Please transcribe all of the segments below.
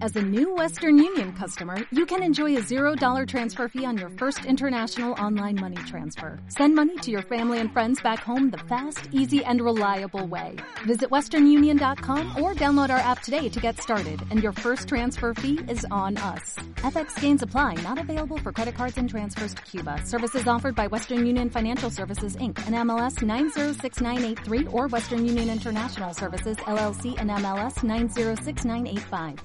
As a new Western Union customer, you can enjoy a $0 transfer fee on your first international online money transfer. Send money to your family and friends back home the fast, easy, and reliable way. Visit westernunion.com or download our app today to get started, and your first transfer fee is on us. FX gains apply, not available for credit cards and transfers to Cuba. Services offered by Western Union Financial Services, Inc., and MLS 906983, or Western Union International Services, LLC, and MLS 906985.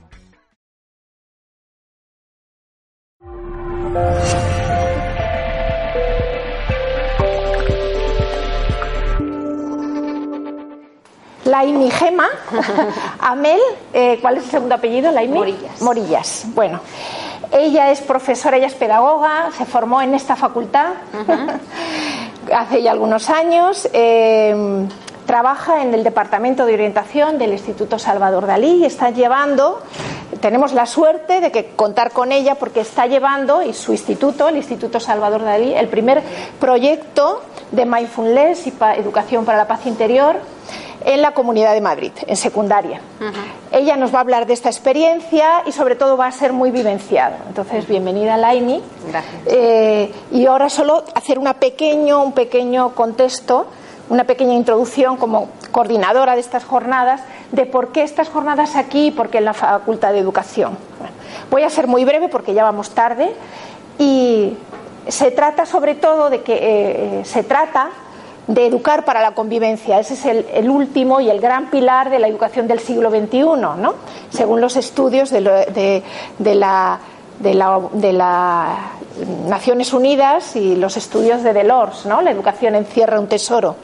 Laimi Gema, Amel, ¿cuál es el segundo apellido? Laimi Morillas. Bueno, ella es profesora, ella es pedagoga, se formó en esta facultad hace ya algunos años. Trabaja en el Departamento de Orientación del Instituto Salvador Dalí y está llevando, tenemos la suerte de que contar con ella porque está llevando, y su instituto, el Instituto Salvador Dalí, el primer proyecto de mindfulness y educación para la paz interior en la Comunidad de Madrid, en secundaria. Ella nos va a hablar de esta experiencia y sobre todo va a ser muy vivenciado. Entonces, bienvenida, Laimi. Gracias. Y ahora solo hacer un pequeño contexto, una pequeña introducción como coordinadora de estas jornadas, de por qué estas jornadas aquí y por qué en la Facultad de Educación. Bueno, voy a ser muy breve porque ya vamos tarde, y se trata sobre todo de que se trata de educar para la convivencia. Ese es el último y el gran pilar de la educación del siglo XXI, ¿no? Según los estudios de las Naciones Unidas y los estudios de Delors, ¿no? La educación encierra un tesoro.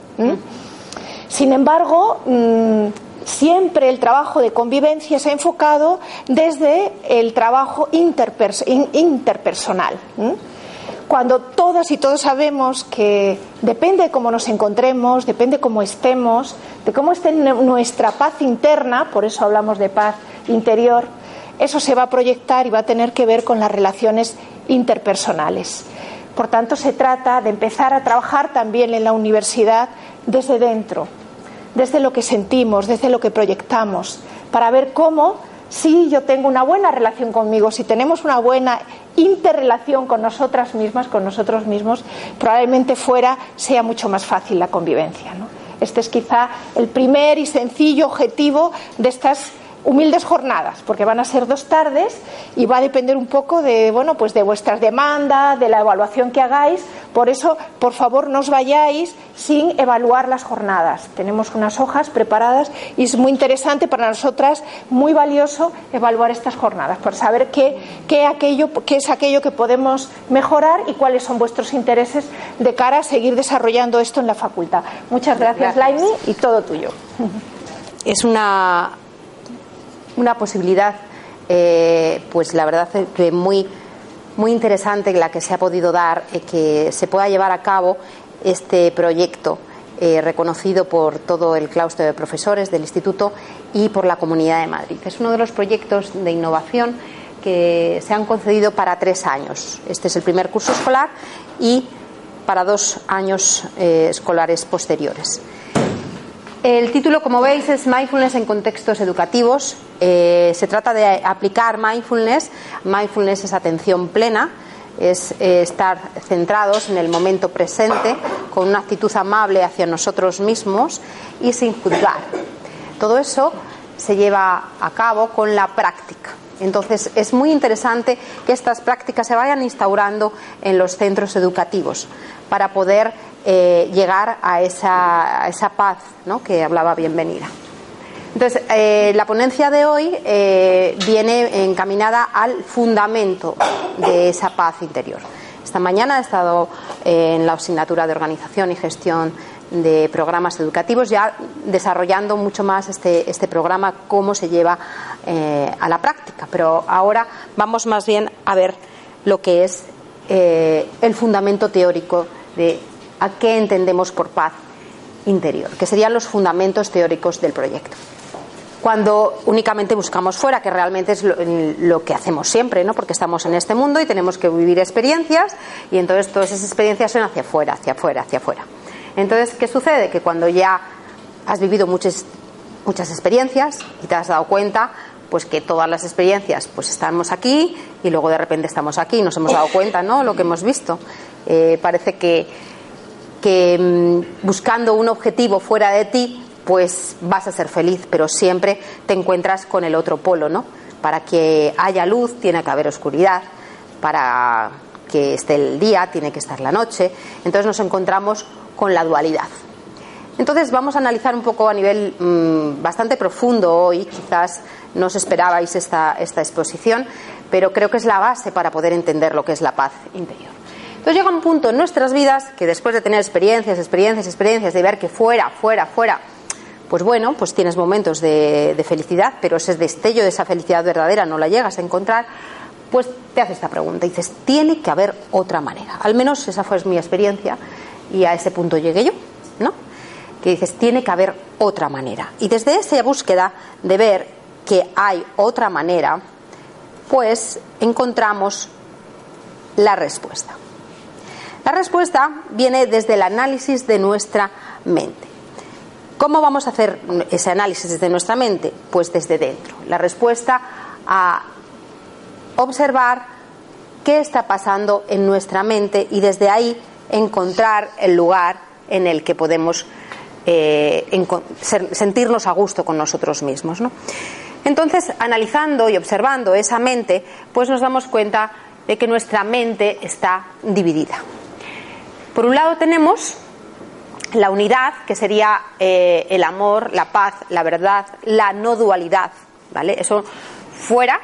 Sin embargo, siempre el trabajo de convivencia se ha enfocado desde el trabajo interpersonal. Cuando todas y todos sabemos que depende de cómo nos encontremos, depende de cómo estemos, de cómo esté nuestra paz interna, por eso hablamos de paz interior, eso se va a proyectar y va a tener que ver con las relaciones interpersonales. Por tanto, se trata de empezar a trabajar también en la universidad desde dentro, desde lo que sentimos, desde lo que proyectamos, para ver cómo, si yo tengo una buena relación conmigo, si tenemos una buena interrelación con nosotras mismas, con nosotros mismos, probablemente fuera sea mucho más fácil la convivencia, ¿no? Este es quizá el primer y sencillo objetivo de estas humildes jornadas, porque van a ser 2 tardes y va a depender un poco de, bueno, pues de vuestras demandas, de la evaluación que hagáis. Por eso, por favor, no os vayáis sin evaluar las jornadas. Tenemos unas hojas preparadas y es muy interesante para nosotras, muy valioso evaluar estas jornadas, por saber qué es aquello que podemos mejorar y cuáles son vuestros intereses de cara a seguir desarrollando esto en la facultad. Muchas gracias. Laimi, y todo tuyo. Es una posibilidad, pues la verdad es que muy interesante la que se ha podido dar, que se pueda llevar a cabo este proyecto reconocido por todo el claustro de profesores del Instituto y por la Comunidad de Madrid. Es uno de los proyectos de innovación que se han concedido para 3 años. Este es el primer curso escolar y para 2 años escolares posteriores. El título, como veis, es Mindfulness en contextos educativos. Se trata de aplicar mindfulness. Mindfulness es atención plena, es estar centrados en el momento presente, con una actitud amable hacia nosotros mismos y sin juzgar. Todo eso se lleva a cabo con la práctica. Entonces, es muy interesante que estas prácticas se vayan instaurando en los centros educativos para poder llegar a esa paz, ¿no?, que hablaba Bienvenida. Entonces, la ponencia de hoy viene encaminada al fundamento de esa paz interior. Esta mañana he estado en la asignatura de Organización y Gestión de Programas Educativos, ya desarrollando mucho más este programa, cómo se lleva a la práctica. Pero ahora vamos más bien a ver lo que es el fundamento teórico de a qué entendemos por paz interior, que serían los fundamentos teóricos del proyecto. Cuando únicamente buscamos fuera, que realmente es lo que hacemos siempre, ¿no?, porque estamos en este mundo y tenemos que vivir experiencias, y entonces todas esas experiencias son hacia afuera, hacia afuera, hacia afuera. Entonces, ¿qué sucede? Que cuando ya has vivido muchas experiencias y te has dado cuenta, pues que todas las experiencias pues estamos aquí y luego de repente estamos aquí, nos hemos dado cuenta, ¿no?, lo que hemos visto. Parece que buscando un objetivo fuera de ti pues vas a ser feliz, pero siempre te encuentras con el otro polo, ¿no? Para que haya luz tiene que haber oscuridad, para que esté el día tiene que estar la noche. Entonces nos encontramos con la dualidad. Entonces vamos a analizar un poco a nivel bastante profundo hoy. Quizás no os esperabais esta exposición, pero creo que es la base para poder entender lo que es la paz interior. Entonces llega un punto en nuestras vidas que después de tener experiencias, de ver que fuera, pues bueno, pues tienes momentos de felicidad, pero ese destello de esa felicidad verdadera no la llegas a encontrar, pues te haces esta pregunta y dices, tiene que haber otra manera. Al menos esa fue mi experiencia y a ese punto llegué yo, ¿no? Que dices, tiene que haber otra manera. Y desde esa búsqueda de ver que hay otra manera, pues encontramos la respuesta. La respuesta viene desde el análisis de nuestra mente. ¿Cómo vamos a hacer ese análisis desde nuestra mente? Pues desde dentro. La respuesta a observar qué está pasando en nuestra mente y desde ahí encontrar el lugar en el que podemos sentirnos a gusto con nosotros mismos, ¿no? Entonces, analizando y observando esa mente, pues nos damos cuenta de que nuestra mente está dividida. Por un lado tenemos la unidad, que sería el amor, la paz, la verdad, la no dualidad, ¿vale? Eso fuera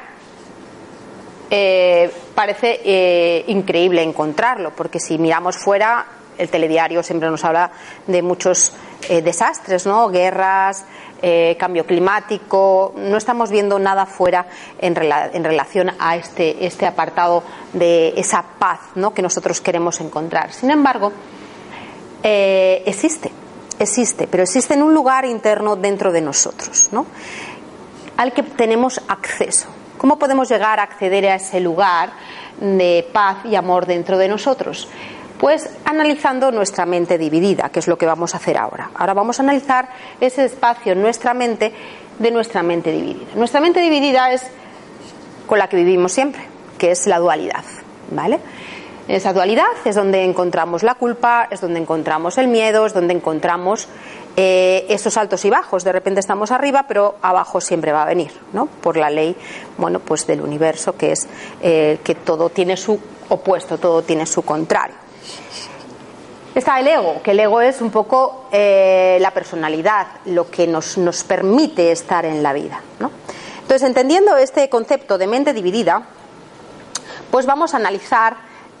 parece increíble encontrarlo, porque si miramos fuera, el telediario siempre nos habla de muchos desastres, ¿no? Guerras, cambio climático. No estamos viendo nada fuera en relación a este apartado de esa paz, ¿no?, que nosotros queremos encontrar. Sin embargo, existe, pero existe en un lugar interno dentro de nosotros, ¿no?, al que tenemos acceso. ¿Cómo podemos llegar a acceder a ese lugar de paz y amor dentro de nosotros? Pues analizando nuestra mente dividida, que es lo que vamos a hacer ahora. Ahora vamos a analizar ese espacio en nuestra mente de nuestra mente dividida. Nuestra mente dividida es con la que vivimos siempre, que es la dualidad, ¿vale? En esa dualidad es donde encontramos la culpa, es donde encontramos el miedo, es donde encontramos esos altos y bajos. De repente estamos arriba, pero abajo siempre va a venir, ¿no? Por la ley, bueno, pues del universo, que es que todo tiene su opuesto, todo tiene su contrario. Está el ego, que el ego es un poco la personalidad, lo que nos permite estar en la vida, ¿no? Entonces, entendiendo este concepto de mente dividida, pues vamos a analizar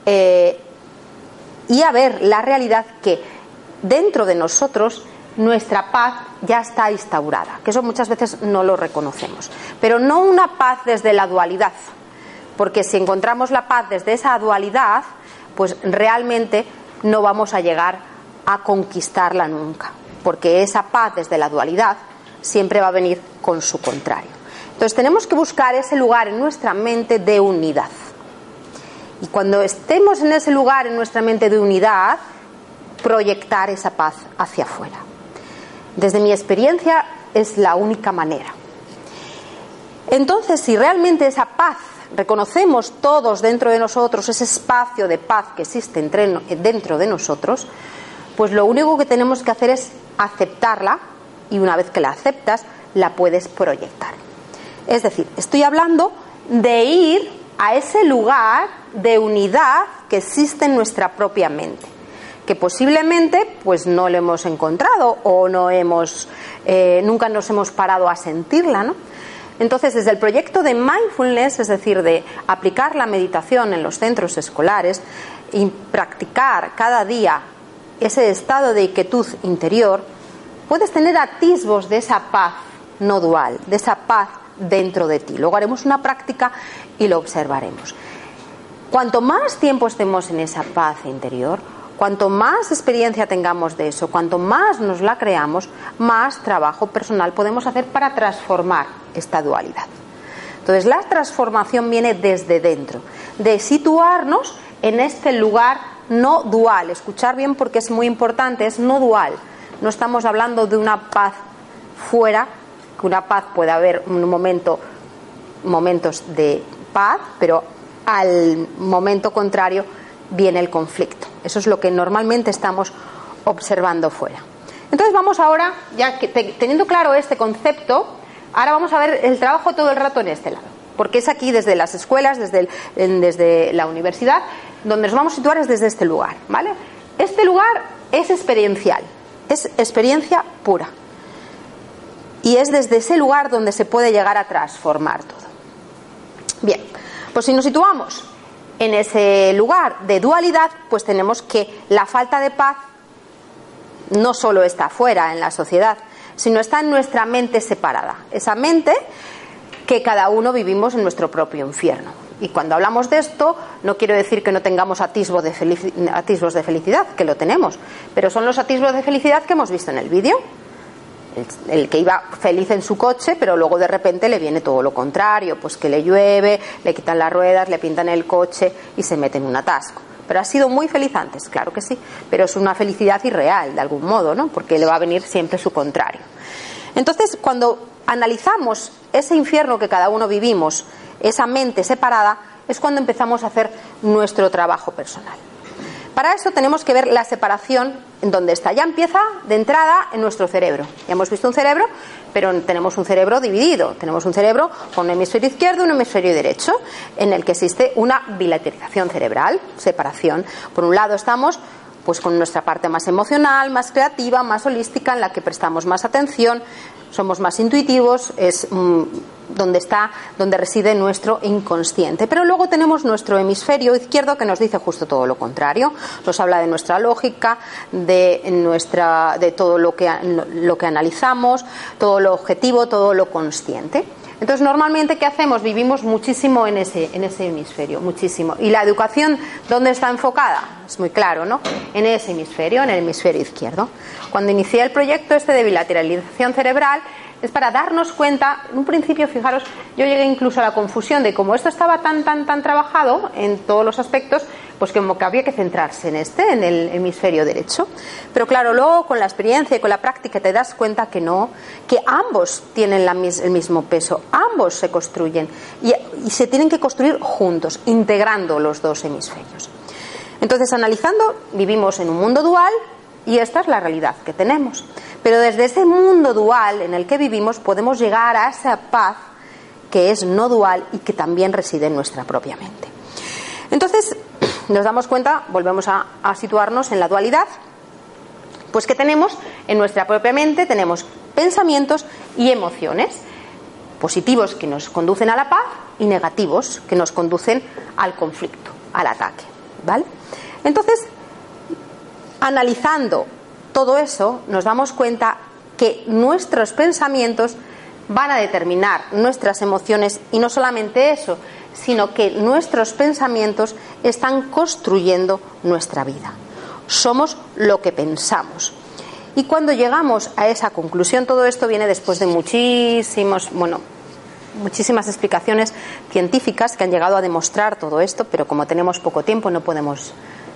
y a ver la realidad que dentro de nosotros nuestra paz ya está instaurada, que eso muchas veces no lo reconocemos, pero no una paz desde la dualidad, porque si encontramos la paz desde esa dualidad, pues realmente no vamos a llegar a conquistarla nunca, porque esa paz desde la dualidad siempre va a venir con su contrario. Entonces tenemos que buscar ese lugar en nuestra mente de unidad. Y cuando estemos en ese lugar en nuestra mente de unidad, proyectar esa paz hacia afuera. Desde mi experiencia es la única manera. Entonces, si realmente esa paz reconocemos todos dentro de nosotros, ese espacio de paz que existe dentro de nosotros, pues lo único que tenemos que hacer es aceptarla, y una vez que la aceptas, la puedes proyectar. Es decir, estoy hablando de ir a ese lugar de unidad que existe en nuestra propia mente, que posiblemente pues no lo hemos encontrado o nunca nos hemos parado a sentirla, ¿no? Entonces, desde el proyecto de mindfulness, es decir, de aplicar la meditación en los centros escolares y practicar cada día ese estado de quietud interior, puedes tener atisbos de esa paz no dual, de esa paz dentro de ti. Luego haremos una práctica y lo observaremos. Cuanto más tiempo estemos en esa paz interior, cuanto más experiencia tengamos de eso, cuanto más nos la creamos, más trabajo personal podemos hacer para transformar esta dualidad. Entonces, la transformación viene desde dentro, de situarnos en este lugar no dual. Escuchar bien porque es muy importante, es no dual. No estamos hablando de una paz fuera, que una paz puede haber un momento momentos de paz, pero al momento contrario viene el conflicto. Eso es lo que normalmente estamos observando fuera. Entonces vamos ahora, ya que teniendo claro este concepto, ahora vamos a ver el trabajo todo el rato en este lado, porque es aquí desde las escuelas, desde la universidad, donde nos vamos a situar es desde este lugar, ¿vale? Este lugar es experiencial, es experiencia pura. Y es desde ese lugar donde se puede llegar a transformar todo. Bien, pues si nos situamos en ese lugar de dualidad, pues tenemos que la falta de paz no solo está fuera en la sociedad, sino está en nuestra mente separada. Esa mente que cada uno vivimos en nuestro propio infierno. Y cuando hablamos de esto, no quiero decir que no tengamos atisbos de felicidad, que lo tenemos, pero son los atisbos de felicidad que hemos visto en el vídeo. El que iba feliz en su coche, pero luego de repente le viene todo lo contrario, pues que le llueve, le quitan las ruedas, le pintan el coche y se mete en un atasco. Pero ha sido muy feliz antes, claro que sí, pero es una felicidad irreal de algún modo, ¿no? Porque le va a venir siempre su contrario. Entonces, cuando analizamos ese infierno que cada uno vivimos, esa mente separada, es cuando empezamos a hacer nuestro trabajo personal. Para eso tenemos que ver la separación en donde está. Ya empieza de entrada en nuestro cerebro. Ya hemos visto un cerebro, pero tenemos un cerebro dividido. Tenemos un cerebro con un hemisferio izquierdo y un hemisferio derecho, en el que existe una bilateralización cerebral, separación. Por un lado estamos pues con nuestra parte más emocional, más creativa, más holística, en la que prestamos más atención, somos más intuitivos, es donde reside nuestro inconsciente. Pero luego tenemos nuestro hemisferio izquierdo que nos dice justo todo lo contrario. Nos habla de nuestra lógica, de todo lo que analizamos, todo lo objetivo, todo lo consciente. Entonces, normalmente, ¿qué hacemos? Vivimos muchísimo en ese hemisferio, muchísimo. ¿Y la educación dónde está enfocada? Es muy claro, ¿no? En ese hemisferio, en el hemisferio izquierdo. Cuando inicié el proyecto de bilateralización cerebral, es para darnos cuenta, en un principio, fijaros, yo llegué incluso a la confusión de cómo esto estaba tan trabajado en todos los aspectos, pues como que había que centrarse en el hemisferio derecho. Pero claro, luego con la experiencia y con la práctica te das cuenta que no, que ambos tienen el mismo peso, ambos se construyen y se tienen que construir juntos, integrando los dos hemisferios. Entonces, analizando, vivimos en un mundo dual y esta es la realidad que tenemos. Pero desde ese mundo dual en el que vivimos podemos llegar a esa paz que es no dual y que también reside en nuestra propia mente. Entonces, nos damos cuenta, volvemos a situarnos en la dualidad, pues que tenemos en nuestra propia mente, tenemos pensamientos y emociones, positivos que nos conducen a la paz y negativos que nos conducen al conflicto, al ataque, ¿vale? Entonces, analizando todo eso, nos damos cuenta que nuestros pensamientos van a determinar nuestras emociones y no solamente eso, sino que nuestros pensamientos están construyendo nuestra vida. Somos lo que pensamos. Y cuando llegamos a esa conclusión, todo esto viene después de muchísimas explicaciones científicas que han llegado a demostrar todo esto, pero como tenemos poco tiempo no podemos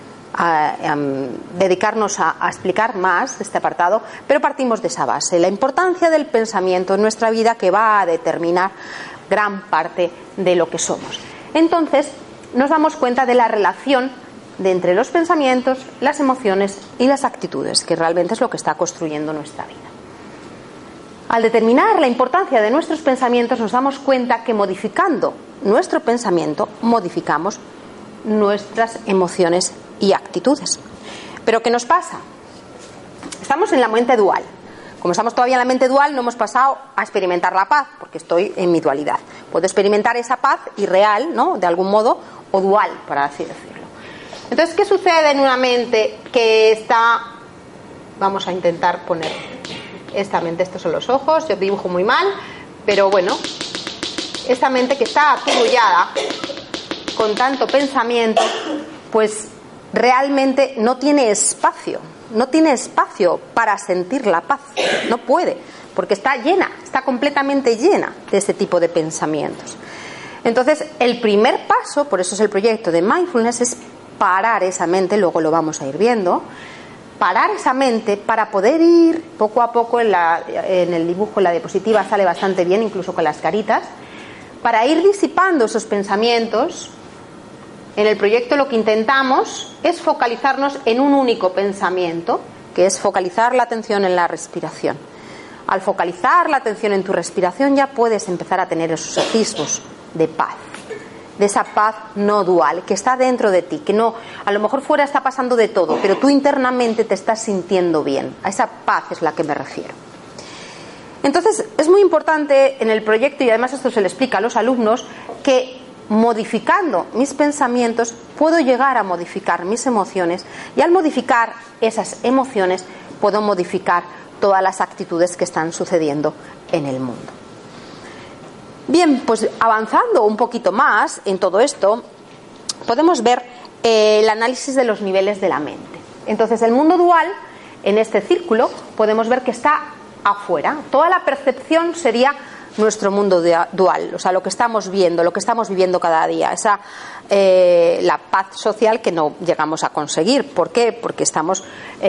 dedicarnos a explicar más este apartado, pero partimos de esa base, la importancia del pensamiento en nuestra vida que va a determinar gran parte de lo que somos. Entonces nos damos cuenta de la relación entre los pensamientos, las emociones y las actitudes, que realmente es lo que está construyendo nuestra vida. Al determinar la importancia de nuestros pensamientos nos damos cuenta que modificando nuestro pensamiento modificamos nuestras emociones y actitudes. Pero ¿qué nos pasa? Estamos en la mente dual. Como estamos todavía en la mente dual, no hemos pasado a experimentar la paz, porque estoy en mi dualidad. Puedo experimentar esa paz irreal, ¿no?, de algún modo, o dual, por así decirlo. Entonces, ¿qué sucede en una mente que está... Vamos a intentar poner esta mente, estos son los ojos, yo dibujo muy mal, pero bueno, esta mente que está aturullada con tanto pensamiento, pues realmente no tiene espacio para sentir la paz, no puede, porque está llena, está completamente llena de ese tipo de pensamientos. Entonces, el primer paso, por eso es el proyecto de Mindfulness, es parar esa mente, luego lo vamos a ir viendo, parar esa mente para poder ir poco a poco, en el dibujo, en la diapositiva sale bastante bien, incluso con las caritas, Para ir disipando esos pensamientos, en el proyecto lo que intentamos es focalizarnos en un único pensamiento, que es focalizar la atención en la respiración. Al focalizar la atención en tu respiración ya puedes empezar a tener esos atisbos de paz, de esa paz no dual, que está dentro de ti, que no, a lo mejor fuera está pasando de todo, pero tú internamente te estás sintiendo bien. A esa paz es la que me refiero. Entonces, es muy importante en el proyecto, y además esto se le explica a los alumnos, que modificando mis pensamientos puedo llegar a modificar mis emociones, y al modificar esas emociones puedo modificar todas las actitudes que están sucediendo en el mundo. Bien, pues avanzando un poquito más en todo esto, podemos ver el análisis de los niveles de la mente. Entonces, el mundo dual, en este círculo, podemos ver que está afuera. Toda la percepción sería nuestro mundo dual, o sea, lo que estamos viendo, lo que estamos viviendo cada día, la paz social que no llegamos a conseguir. ¿Por qué? Porque estamos...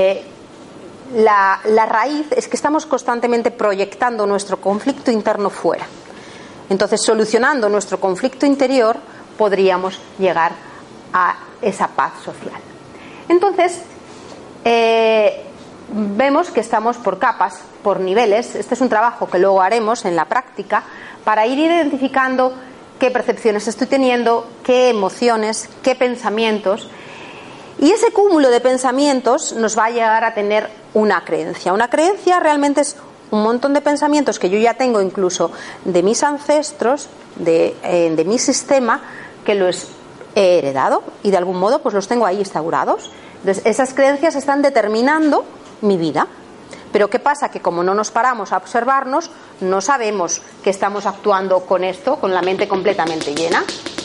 La raíz es que estamos constantemente proyectando nuestro conflicto interno fuera. Entonces, solucionando nuestro conflicto interior, podríamos llegar a esa paz social. Entonces, vemos que estamos por capas, por niveles. Este es un trabajo que luego haremos en la práctica para ir identificando qué percepciones estoy teniendo, qué emociones, qué pensamientos. Y ese cúmulo de pensamientos nos va a llegar a tener una creencia. Una creencia realmente es un montón de pensamientos que yo ya tengo incluso de mis ancestros, de mi sistema, que los he heredado y de algún modo pues los tengo ahí instaurados. Entonces, esas creencias están determinando mi vida. Pero ¿qué pasa? Que como no nos paramos a observarnos, no sabemos que estamos actuando con esto, con la mente completamente llena.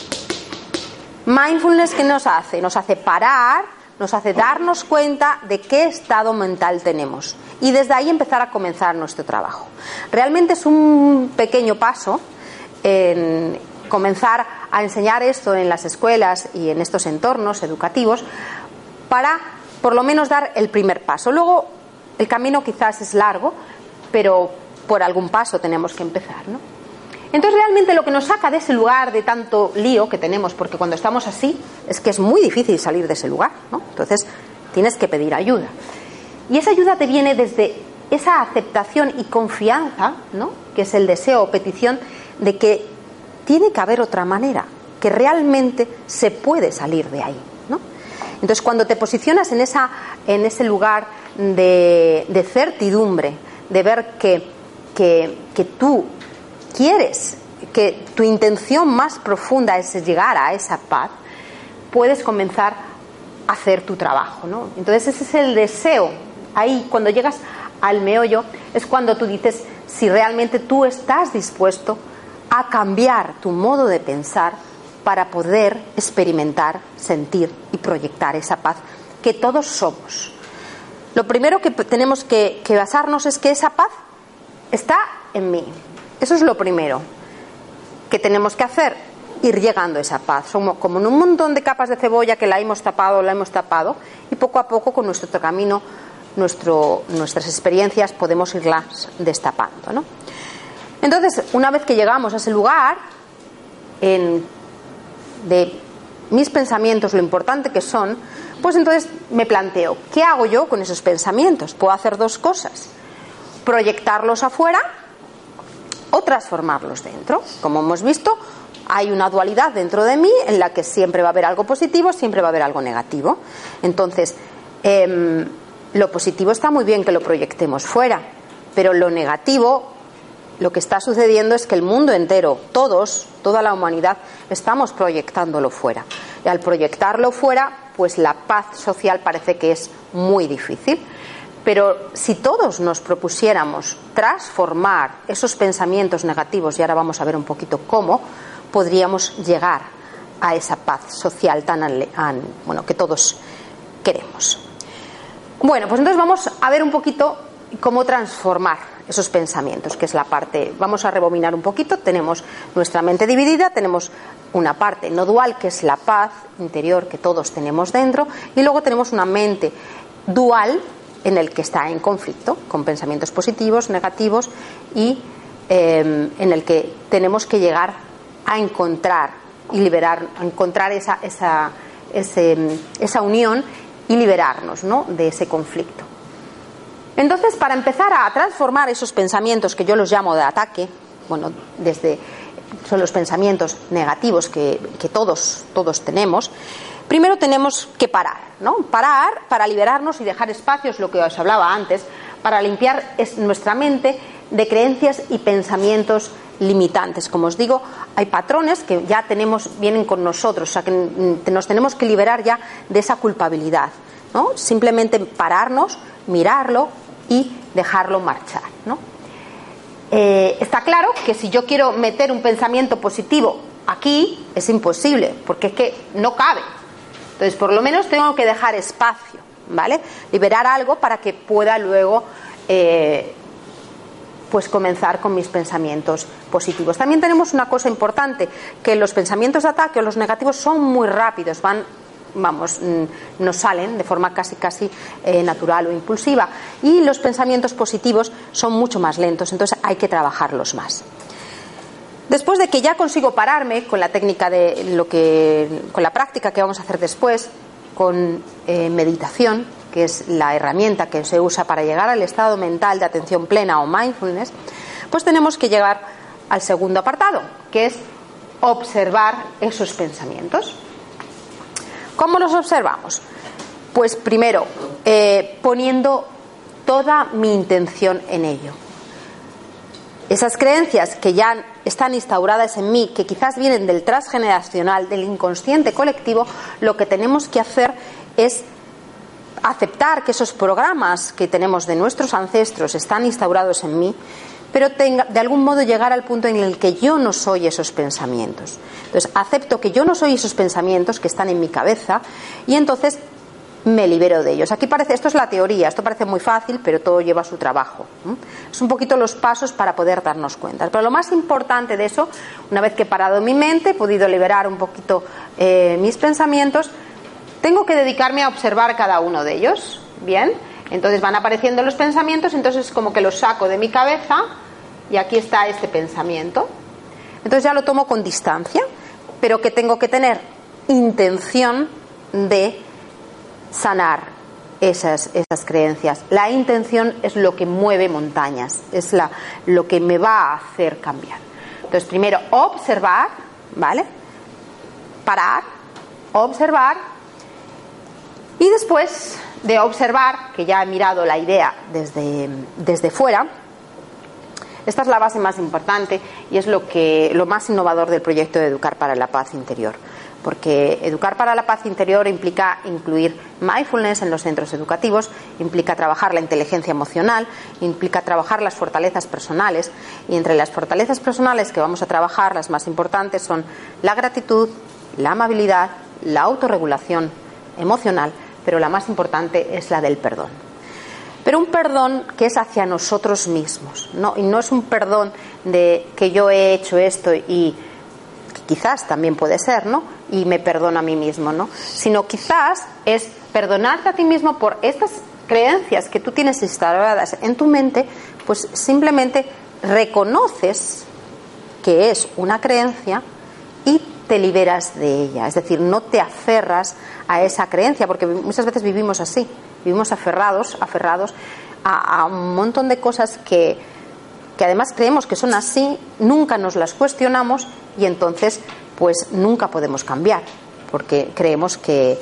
Mindfulness, ¿qué nos hace? Nos hace parar, nos hace darnos cuenta de qué estado mental tenemos y desde ahí empezar a comenzar nuestro trabajo. Realmente es un pequeño paso en comenzar a enseñar esto en las escuelas y en estos entornos educativos para por lo menos dar el primer paso. Luego el camino quizás es largo, pero por algún paso tenemos que empezar, ¿no? Entonces realmente lo que nos saca de ese lugar de tanto lío que tenemos, porque cuando estamos así es que es muy difícil salir de ese lugar, ¿no? Entonces tienes que pedir ayuda. Y esa ayuda te viene desde esa aceptación y confianza, ¿no? Que es el deseo o petición de que tiene que haber otra manera, que realmente se puede salir de ahí, ¿no? Entonces cuando te posicionas en ese lugar de certidumbre, de ver que tú quieres, que tu intención más profunda es llegar a esa paz, puedes comenzar a hacer tu trabajo, ¿no? Entonces ese es el deseo. Ahí cuando llegas al meollo es cuando tú dices si realmente tú estás dispuesto a cambiar tu modo de pensar para poder experimentar, sentir y proyectar esa paz que todos somos. Lo primero que tenemos que basarnos es que esa paz está en mí. Eso es lo primero que tenemos que hacer, ir llegando a esa paz. Somos como en un montón de capas de cebolla que la hemos tapado, y poco a poco con nuestro camino, nuestras experiencias podemos irlas destapando, ¿no? Entonces, una vez que llegamos a ese lugar de mis pensamientos, lo importante que son, pues entonces me planteo, ¿qué hago yo con esos pensamientos? Puedo hacer dos cosas: proyectarlos afuera o transformarlos dentro. Como hemos visto, hay una dualidad dentro de mí en la que siempre va a haber algo positivo, siempre va a haber algo negativo. Entonces, lo positivo está muy bien que lo proyectemos fuera, pero lo negativo, lo que está sucediendo es que el mundo entero, toda la humanidad, estamos proyectándolo fuera. Y al proyectarlo fuera, pues la paz social parece que es muy difícil. Pero si todos nos propusiéramos transformar esos pensamientos negativos, y ahora vamos a ver un poquito cómo, podríamos llegar a esa paz social que todos queremos. Bueno, pues entonces vamos a ver un poquito cómo transformar esos pensamientos, que es la parte, vamos a rebobinar un poquito. Tenemos nuestra mente dividida, tenemos una parte no dual, que es la paz interior que todos tenemos dentro, y luego tenemos una mente dual, en el que está en conflicto, con pensamientos positivos, negativos, y en el que tenemos que llegar a encontrar y liberar, a encontrar esa unión y liberarnos, ¿no?, de ese conflicto. Entonces, para empezar a transformar esos pensamientos que yo los llamo de ataque, bueno, son los pensamientos negativos que todos tenemos, primero tenemos que parar, ¿no? Parar para liberarnos y dejar espacios, lo que os hablaba antes, para limpiar nuestra mente de creencias y pensamientos limitantes. Como os digo, hay patrones que ya vienen con nosotros, o sea que nos tenemos que liberar ya de esa culpabilidad, ¿no? Simplemente pararnos, mirarlo y dejarlo marchar, ¿no? Está claro que si yo quiero meter un pensamiento positivo aquí, es imposible, porque es que no cabe. Entonces, por lo menos tengo que dejar espacio, ¿vale? Liberar algo para que pueda luego pues comenzar con mis pensamientos positivos. También tenemos una cosa importante, que los pensamientos de ataque o los negativos son muy rápidos, nos salen de forma casi natural o impulsiva, y los pensamientos positivos son mucho más lentos, entonces hay que trabajarlos más. Después de que ya consigo pararme con la técnica con la práctica que vamos a hacer después, con meditación, que es la herramienta que se usa para llegar al estado mental de atención plena o mindfulness, pues tenemos que llegar al segundo apartado, que es observar esos pensamientos. ¿Cómo los observamos? Pues primero, poniendo toda mi intención en ello. Esas creencias que ya están instauradas en mí, que quizás vienen del transgeneracional, del inconsciente colectivo, lo que tenemos que hacer es aceptar que esos programas que tenemos de nuestros ancestros están instaurados en mí, pero de algún modo llegar al punto en el que yo no soy esos pensamientos. Entonces, acepto que yo no soy esos pensamientos que están en mi cabeza y entonces me libero de ellos. Aquí esto es la teoría, esto parece muy fácil, pero todo lleva su trabajo. Es un poquito los pasos para poder darnos cuenta. Pero lo más importante de eso, una vez que he parado mi mente, he podido liberar un poquito mis pensamientos, tengo que dedicarme a observar cada uno de ellos. Bien, entonces van apareciendo los pensamientos, entonces como que los saco de mi cabeza y aquí está este pensamiento. Entonces ya lo tomo con distancia, pero que tengo que tener intención de sanar esas creencias. La intención es lo que mueve montañas, es lo que me va a hacer cambiar. Entonces primero observar, ¿vale? Parar, observar. Y después de observar, que ya he mirado la idea desde fuera, esta es la base más importante y es lo más innovador del proyecto de Educar para la Paz Interior. Porque Educar para la Paz Interior implica incluir mindfulness en los centros educativos, implica trabajar la inteligencia emocional, implica trabajar las fortalezas personales. Y entre las fortalezas personales que vamos a trabajar, las más importantes son la gratitud, la amabilidad, la autorregulación emocional, pero la más importante es la del perdón. Pero un perdón que es hacia nosotros mismos, ¿no? Y no es un perdón de que yo he hecho esto y quizás también puede ser, ¿no? Y me perdono a mí mismo, ¿no? Sino quizás es perdonarte a ti mismo por estas creencias que tú tienes instaladas en tu mente, pues simplemente reconoces que es una creencia y te liberas de ella. Es decir, no te aferras a esa creencia, porque muchas veces vivimos así, vivimos aferrados a un montón de cosas que además creemos que son así, nunca nos las cuestionamos y entonces pues nunca podemos cambiar, porque creemos que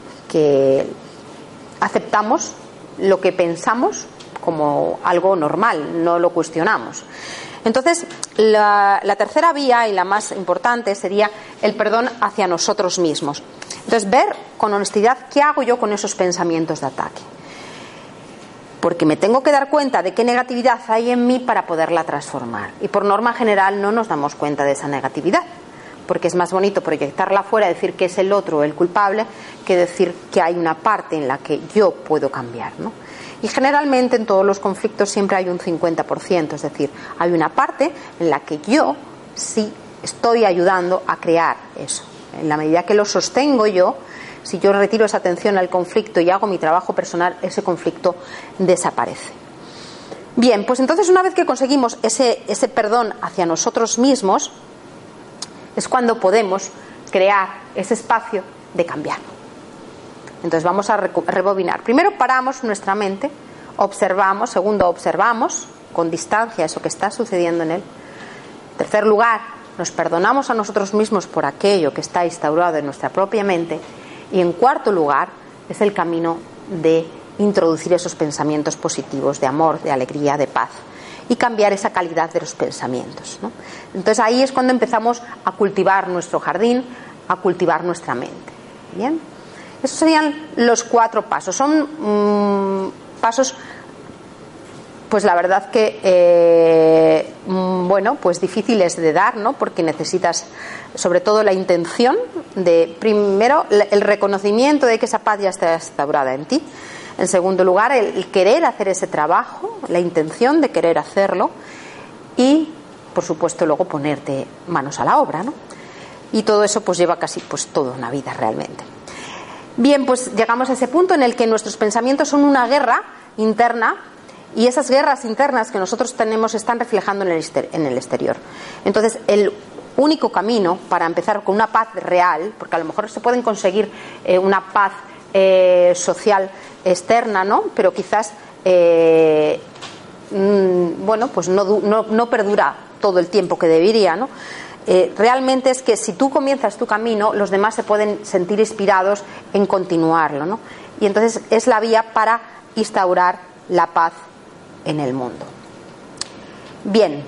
aceptamos lo que pensamos como algo normal, no lo cuestionamos. Entonces, la tercera vía y la más importante sería el perdón hacia nosotros mismos. Entonces, ver con honestidad qué hago yo con esos pensamientos de ataque. Porque me tengo que dar cuenta de qué negatividad hay en mí para poderla transformar. Y por norma general no nos damos cuenta de esa negatividad, porque es más bonito proyectarla afuera, decir que es el otro el culpable, que decir que hay una parte en la que yo puedo cambiar, ¿no? Y generalmente en todos los conflictos siempre hay un 50%, es decir, hay una parte en la que yo sí estoy ayudando a crear eso. En la medida que lo sostengo yo, si yo retiro esa atención al conflicto y hago mi trabajo personal, ese conflicto desaparece. Bien, pues entonces una vez que conseguimos ese perdón hacia nosotros mismos, es cuando podemos crear ese espacio de cambiar. Entonces vamos a rebobinar. Primero paramos nuestra mente, observamos. Segundo, observamos con distancia eso que está sucediendo en él. En tercer lugar, nos perdonamos a nosotros mismos por aquello que está instaurado en nuestra propia mente. Y en cuarto lugar, es el camino de introducir esos pensamientos positivos de amor, de alegría, de paz, y cambiar esa calidad de los pensamientos, ¿no? Entonces ahí es cuando empezamos a cultivar nuestro jardín, a cultivar nuestra mente. Bien, esos serían los 4 pasos. Son pasos, pues la verdad que bueno, pues difíciles de dar, ¿no? Porque necesitas sobre todo la intención de, primero, el reconocimiento de que esa paz ya está instaurada en ti. En segundo lugar, el querer hacer ese trabajo, la intención de querer hacerlo, y por supuesto luego ponerte manos a la obra, ¿no? Y todo eso pues lleva casi pues toda una vida realmente. Bien, pues llegamos a ese punto en el que nuestros pensamientos son una guerra interna, y esas guerras internas que nosotros tenemos están reflejando en el exterior. Entonces el único camino para empezar con una paz real, porque a lo mejor se pueden conseguir una paz social externa, ¿no? Pero quizás bueno, pues no perdura todo el tiempo que debería, ¿no? Realmente es que si tú comienzas tu camino, los demás se pueden sentir inspirados en continuarlo, ¿no? Y entonces es la vía para instaurar la paz en el mundo. Bien,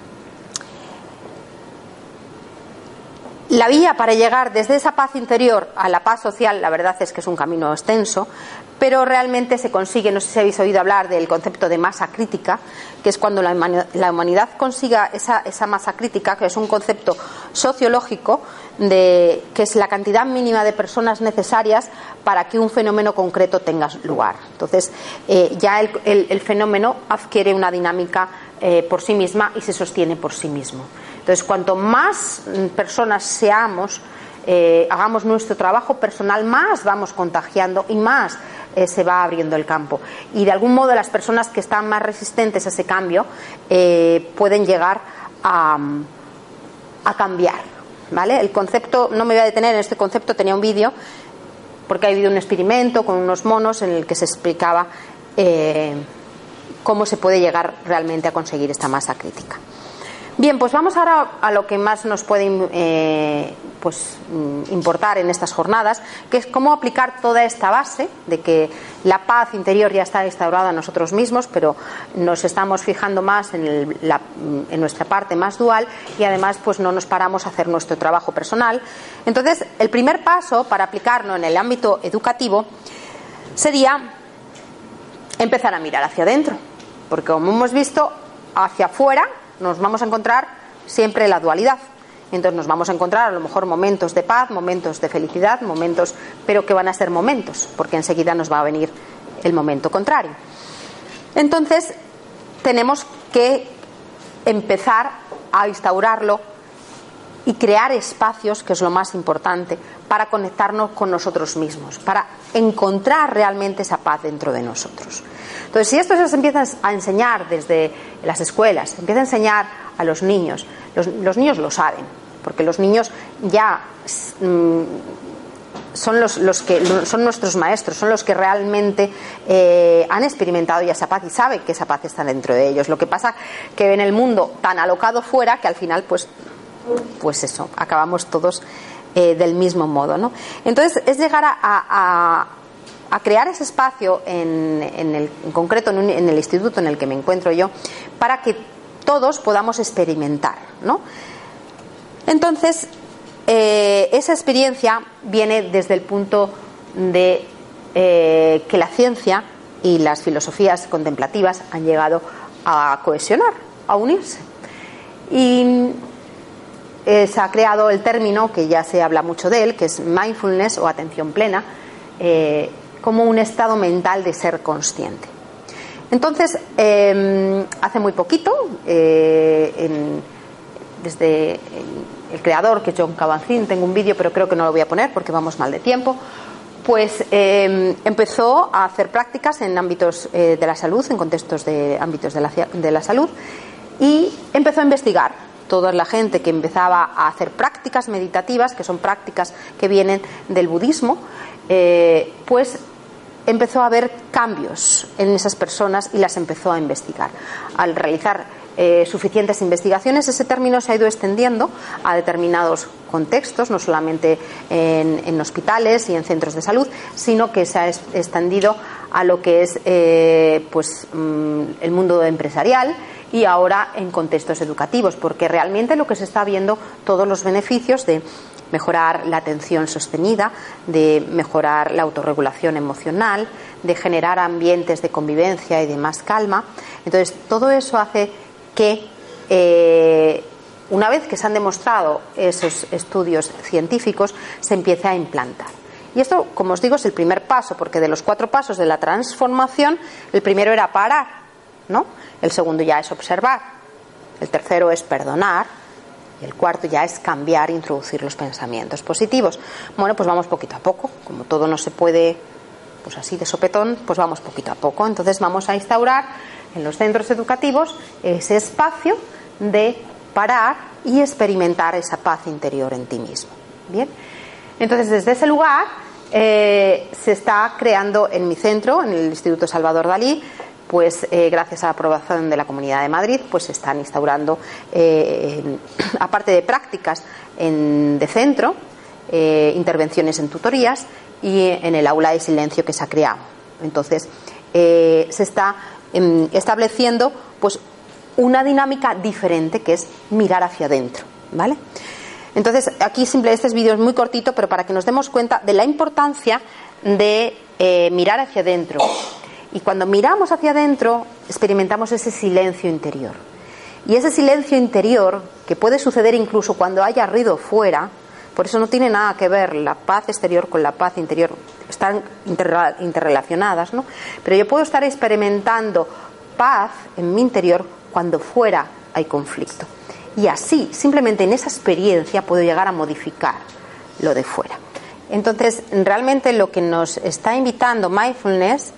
la vía para llegar desde esa paz interior a la paz social, la verdad es que es un camino extenso, pero realmente se consigue, no sé si habéis oído hablar del concepto de masa crítica, que es cuando la humanidad consiga esa masa crítica, que es un concepto sociológico, que es la cantidad mínima de personas necesarias para que un fenómeno concreto tenga lugar. Entonces ya el fenómeno adquiere una dinámica por sí misma y se sostiene por sí mismo. Entonces, cuanto más personas seamos, hagamos nuestro trabajo personal, más vamos contagiando y más se va abriendo el campo. Y de algún modo las personas que están más resistentes a ese cambio pueden llegar a cambiar, ¿vale? El concepto, no me voy a detener en este concepto, tenía un vídeo, porque ha habido un experimento con unos monos en el que se explicaba cómo se puede llegar realmente a conseguir esta masa crítica. Bien, pues vamos ahora a lo que más nos puede importar en estas jornadas, que es cómo aplicar toda esta base de que la paz interior ya está instaurada en nosotros mismos, pero nos estamos fijando más en nuestra parte más dual, y además pues no nos paramos a hacer nuestro trabajo personal. Entonces, el primer paso para aplicarlo en el ámbito educativo sería empezar a mirar hacia adentro, porque como hemos visto, hacia afuera nos vamos a encontrar siempre la dualidad. Entonces nos vamos a encontrar a lo mejor momentos de paz, momentos de felicidad, momentos, pero que van a ser momentos, porque enseguida nos va a venir el momento contrario. Entonces tenemos que empezar a instaurarlo y crear espacios, que es lo más importante, para conectarnos con nosotros mismos, para encontrar realmente esa paz dentro de nosotros. Entonces, si esto se empieza a enseñar desde las escuelas, se empieza a enseñar a los niños, los niños lo saben, porque los niños ya son los que son nuestros maestros, son los que realmente han experimentado ya esa paz y saben que esa paz está dentro de ellos. Lo que pasa que ven el mundo tan alocado fuera que al final pues eso, acabamos todos del mismo modo, ¿no? Entonces es llegar a crear ese espacio en concreto en el instituto en el que me encuentro yo, para que todos podamos experimentar, ¿no? Entonces esa experiencia viene desde el punto de que la ciencia y las filosofías contemplativas han llegado a cohesionar, a unirse, y se ha creado el término, que ya se habla mucho de él, que es mindfulness o atención plena, como un estado mental de ser consciente. Entonces, hace muy poquito, desde el creador, que es Jon Kabat-Zinn, tengo un vídeo, pero creo que no lo voy a poner porque vamos mal de tiempo, pues empezó a hacer prácticas en ámbitos de la salud, en contextos de ámbitos de la salud, y empezó a investigar toda la gente que empezaba a hacer prácticas meditativas, que son prácticas que vienen del budismo, pues empezó a haber cambios en esas personas y las empezó a investigar. Al realizar suficientes investigaciones, ese término se ha ido extendiendo a determinados contextos, no solamente en hospitales y en centros de salud, sino que se ha extendido a lo que es el mundo empresarial y ahora en contextos educativos, porque realmente lo que se está viendo, todos los beneficios de mejorar la atención sostenida, de mejorar la autorregulación emocional, de generar ambientes de convivencia y de más calma. Entonces, todo eso hace que una vez que se han demostrado esos estudios científicos, se empiece a implantar. Y esto, como os digo, es el primer paso, porque de los 4 pasos de la transformación, el primero era parar, ¿no? El segundo ya es observar, el tercero es perdonar, y el cuarto ya es cambiar, introducir los pensamientos positivos. Bueno, pues vamos poquito a poco, como todo no se puede, pues así de sopetón, pues vamos poquito a poco. Entonces vamos a instaurar en los centros educativos ese espacio de parar y experimentar esa paz interior en ti mismo. Bien, entonces desde ese lugar se está creando en mi centro, en el Instituto Salvador Dalí, pues gracias a la aprobación de la Comunidad de Madrid, pues se están instaurando, aparte de prácticas de centro, intervenciones en tutorías y en el aula de silencio que se ha creado. Entonces se está estableciendo pues una dinámica diferente, que es mirar hacia adentro, ¿vale? Entonces aquí este vídeo es muy cortito, pero para que nos demos cuenta de la importancia de mirar hacia adentro. Y cuando miramos hacia adentro, experimentamos ese silencio interior. Y ese silencio interior, que puede suceder incluso cuando haya ruido fuera, por eso no tiene nada que ver la paz exterior con la paz interior, están interrelacionadas, ¿no? Pero yo puedo estar experimentando paz en mi interior cuando fuera hay conflicto. Y así, simplemente en esa experiencia, puedo llegar a modificar lo de fuera. Entonces, realmente lo que nos está invitando Mindfulness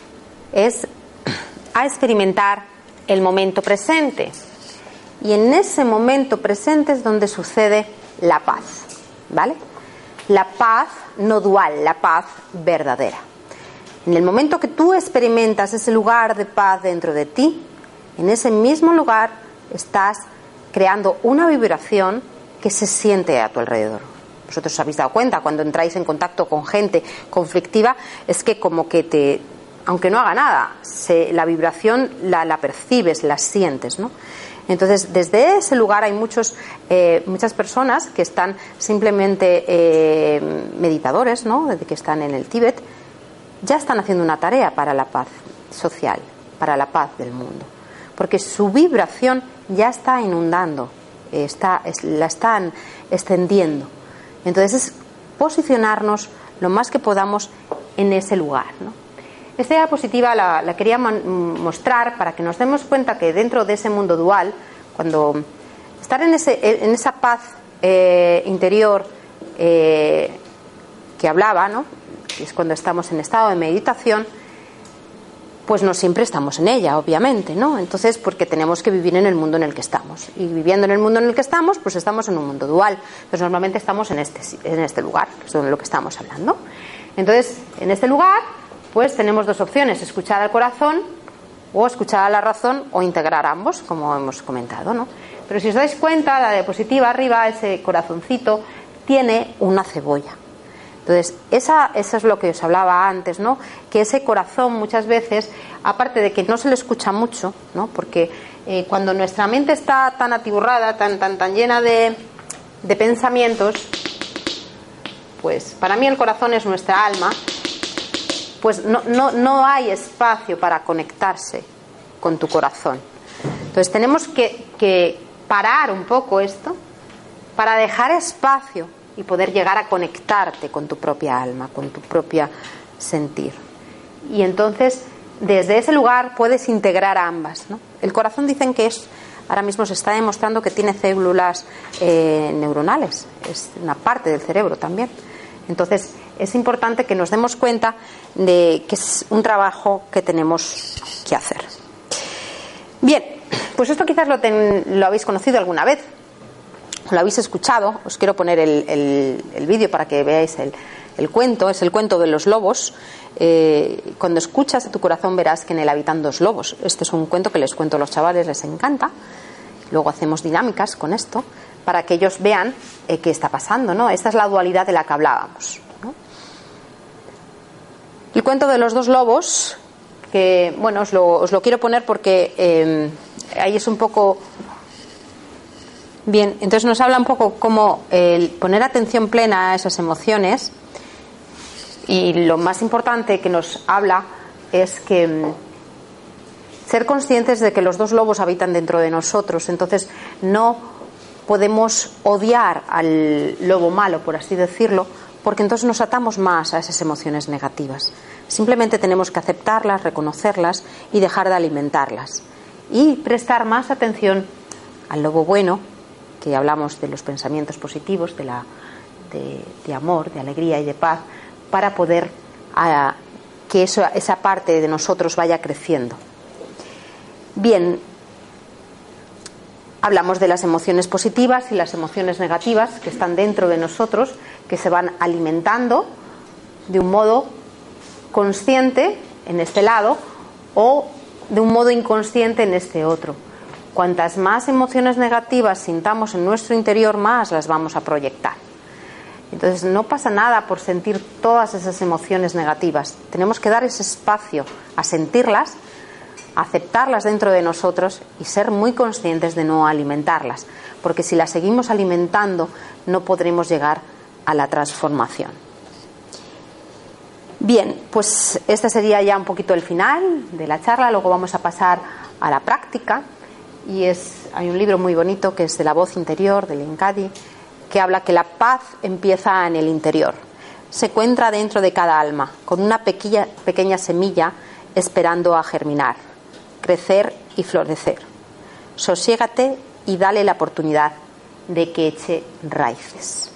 es a experimentar el momento presente. Y en ese momento presente es donde sucede la paz, ¿vale? La paz no dual, la paz verdadera. En el momento que tú experimentas ese lugar de paz dentro de ti, en ese mismo lugar estás creando una vibración que se siente a tu alrededor. Vosotros os habéis dado cuenta, cuando entráis en contacto con gente conflictiva, es que como que aunque no haga nada, la vibración la percibes, la sientes, ¿no? Entonces, desde ese lugar hay muchas personas que están simplemente meditadores, ¿no? Desde que están en el Tíbet, ya están haciendo una tarea para la paz social, para la paz del mundo, porque su vibración ya está inundando, la están extendiendo. Entonces, es posicionarnos lo más que podamos en ese lugar, ¿no? Esta diapositiva la quería mostrar para que nos demos cuenta que dentro de ese mundo dual, cuando estar en esa paz interior que hablaba, ¿no? Que es cuando estamos en estado de meditación, pues no siempre estamos en ella, obviamente, ¿no? Entonces, porque tenemos que vivir en el mundo en el que estamos. Y viviendo en el mundo en el que estamos, pues estamos en un mundo dual. Entonces, normalmente estamos en este lugar, que es de lo que estamos hablando. Entonces, en este lugar, pues tenemos 2 opciones: escuchar al corazón o escuchar a la razón, o integrar ambos, como hemos comentado, ¿no? Pero si os dais cuenta, la diapositiva arriba, ese corazoncito, tiene una cebolla. Entonces, eso es lo que os hablaba antes, ¿no? Que ese corazón muchas veces, aparte de que no se le escucha mucho, ¿no? Porque cuando nuestra mente está tan atiborrada, tan llena de pensamientos, pues para mí el corazón es nuestra alma, pues no hay espacio para conectarse con tu corazón. Entonces tenemos que parar un poco esto para dejar espacio y poder llegar a conectarte con tu propia alma, con tu propia sentir. Y entonces, desde ese lugar puedes integrar ambas, ¿no? El corazón, dicen que ahora mismo se está demostrando que tiene células neuronales, es una parte del cerebro también. Entonces, es importante que nos demos cuenta de que es un trabajo que tenemos que hacer. Bien, pues esto quizás lo habéis conocido alguna vez, lo habéis escuchado. Os quiero poner el vídeo para que veáis el cuento. Es el cuento de los lobos. Cuando escuchas a tu corazón verás que en él habitan dos lobos. Este es un cuento que les cuento a los chavales, les encanta. Luego hacemos dinámicas con esto para que ellos vean qué está pasando, ¿no? Esta es la dualidad de la que hablábamos, ¿no? El cuento de los dos lobos, que bueno, os lo quiero poner porque ahí es un poco... Bien, entonces nos habla un poco cómo el poner atención plena a esas emociones, y lo más importante que nos habla es que ser conscientes de que los dos lobos habitan dentro de nosotros. Entonces no podemos odiar al lobo malo, por así decirlo, porque entonces nos atamos más a esas emociones negativas. Simplemente tenemos que aceptarlas, reconocerlas y dejar de alimentarlas. Y prestar más atención al lobo bueno, que hablamos de los pensamientos positivos, de amor, de alegría y de paz, para poder que esa parte de nosotros vaya creciendo. Bien, hablamos de las emociones positivas y las emociones negativas que están dentro de nosotros, que se van alimentando de un modo consciente en este lado o de un modo inconsciente en este otro. Cuantas más emociones negativas sintamos en nuestro interior, más las vamos a proyectar. Entonces no pasa nada por sentir todas esas emociones negativas. Tenemos que dar ese espacio a sentirlas, aceptarlas dentro de nosotros y ser muy conscientes de no alimentarlas, porque si las seguimos alimentando no podremos llegar a la transformación. Bien, pues este sería ya un poquito el final de la charla. Luego vamos a pasar a la práctica, y hay un libro muy bonito que es de La voz interior, de Lencadi, que habla que la paz empieza en el interior. Se encuentra dentro de cada alma, con una pequeña semilla esperando a germinar, crecer y florecer. Sosiégate y dale la oportunidad de que eche raíces.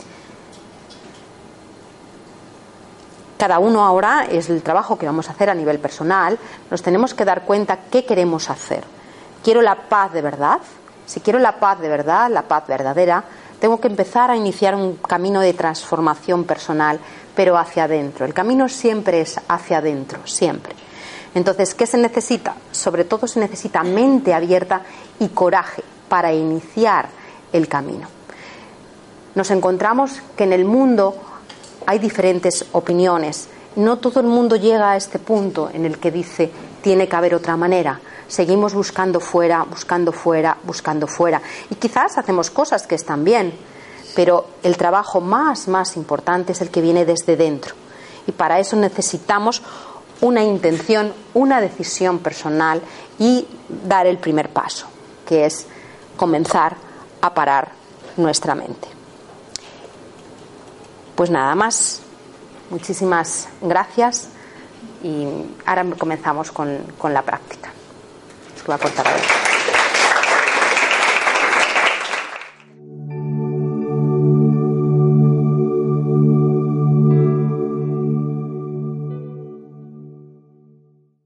Cada uno ahora, es el trabajo que vamos a hacer a nivel personal, nos tenemos que dar cuenta qué queremos hacer. ¿Quiero la paz de verdad? Si quiero la paz de verdad, la paz verdadera, tengo que empezar a iniciar un camino de transformación personal, pero hacia adentro. El camino siempre es hacia adentro, siempre. Entonces, ¿qué se necesita? Sobre todo se necesita mente abierta y coraje para iniciar el camino. Nos encontramos que en el mundo hay diferentes opiniones. No todo el mundo llega a este punto en el que dice tiene que haber otra manera. Seguimos buscando fuera, buscando fuera, buscando fuera. Y quizás hacemos cosas que están bien, pero el trabajo más importante es el que viene desde dentro. Y para eso necesitamos una intención, una decisión personal y dar el primer paso, que es comenzar a parar nuestra mente. Pues nada más, muchísimas gracias y ahora comenzamos con la práctica. Es que va a cortar ahora.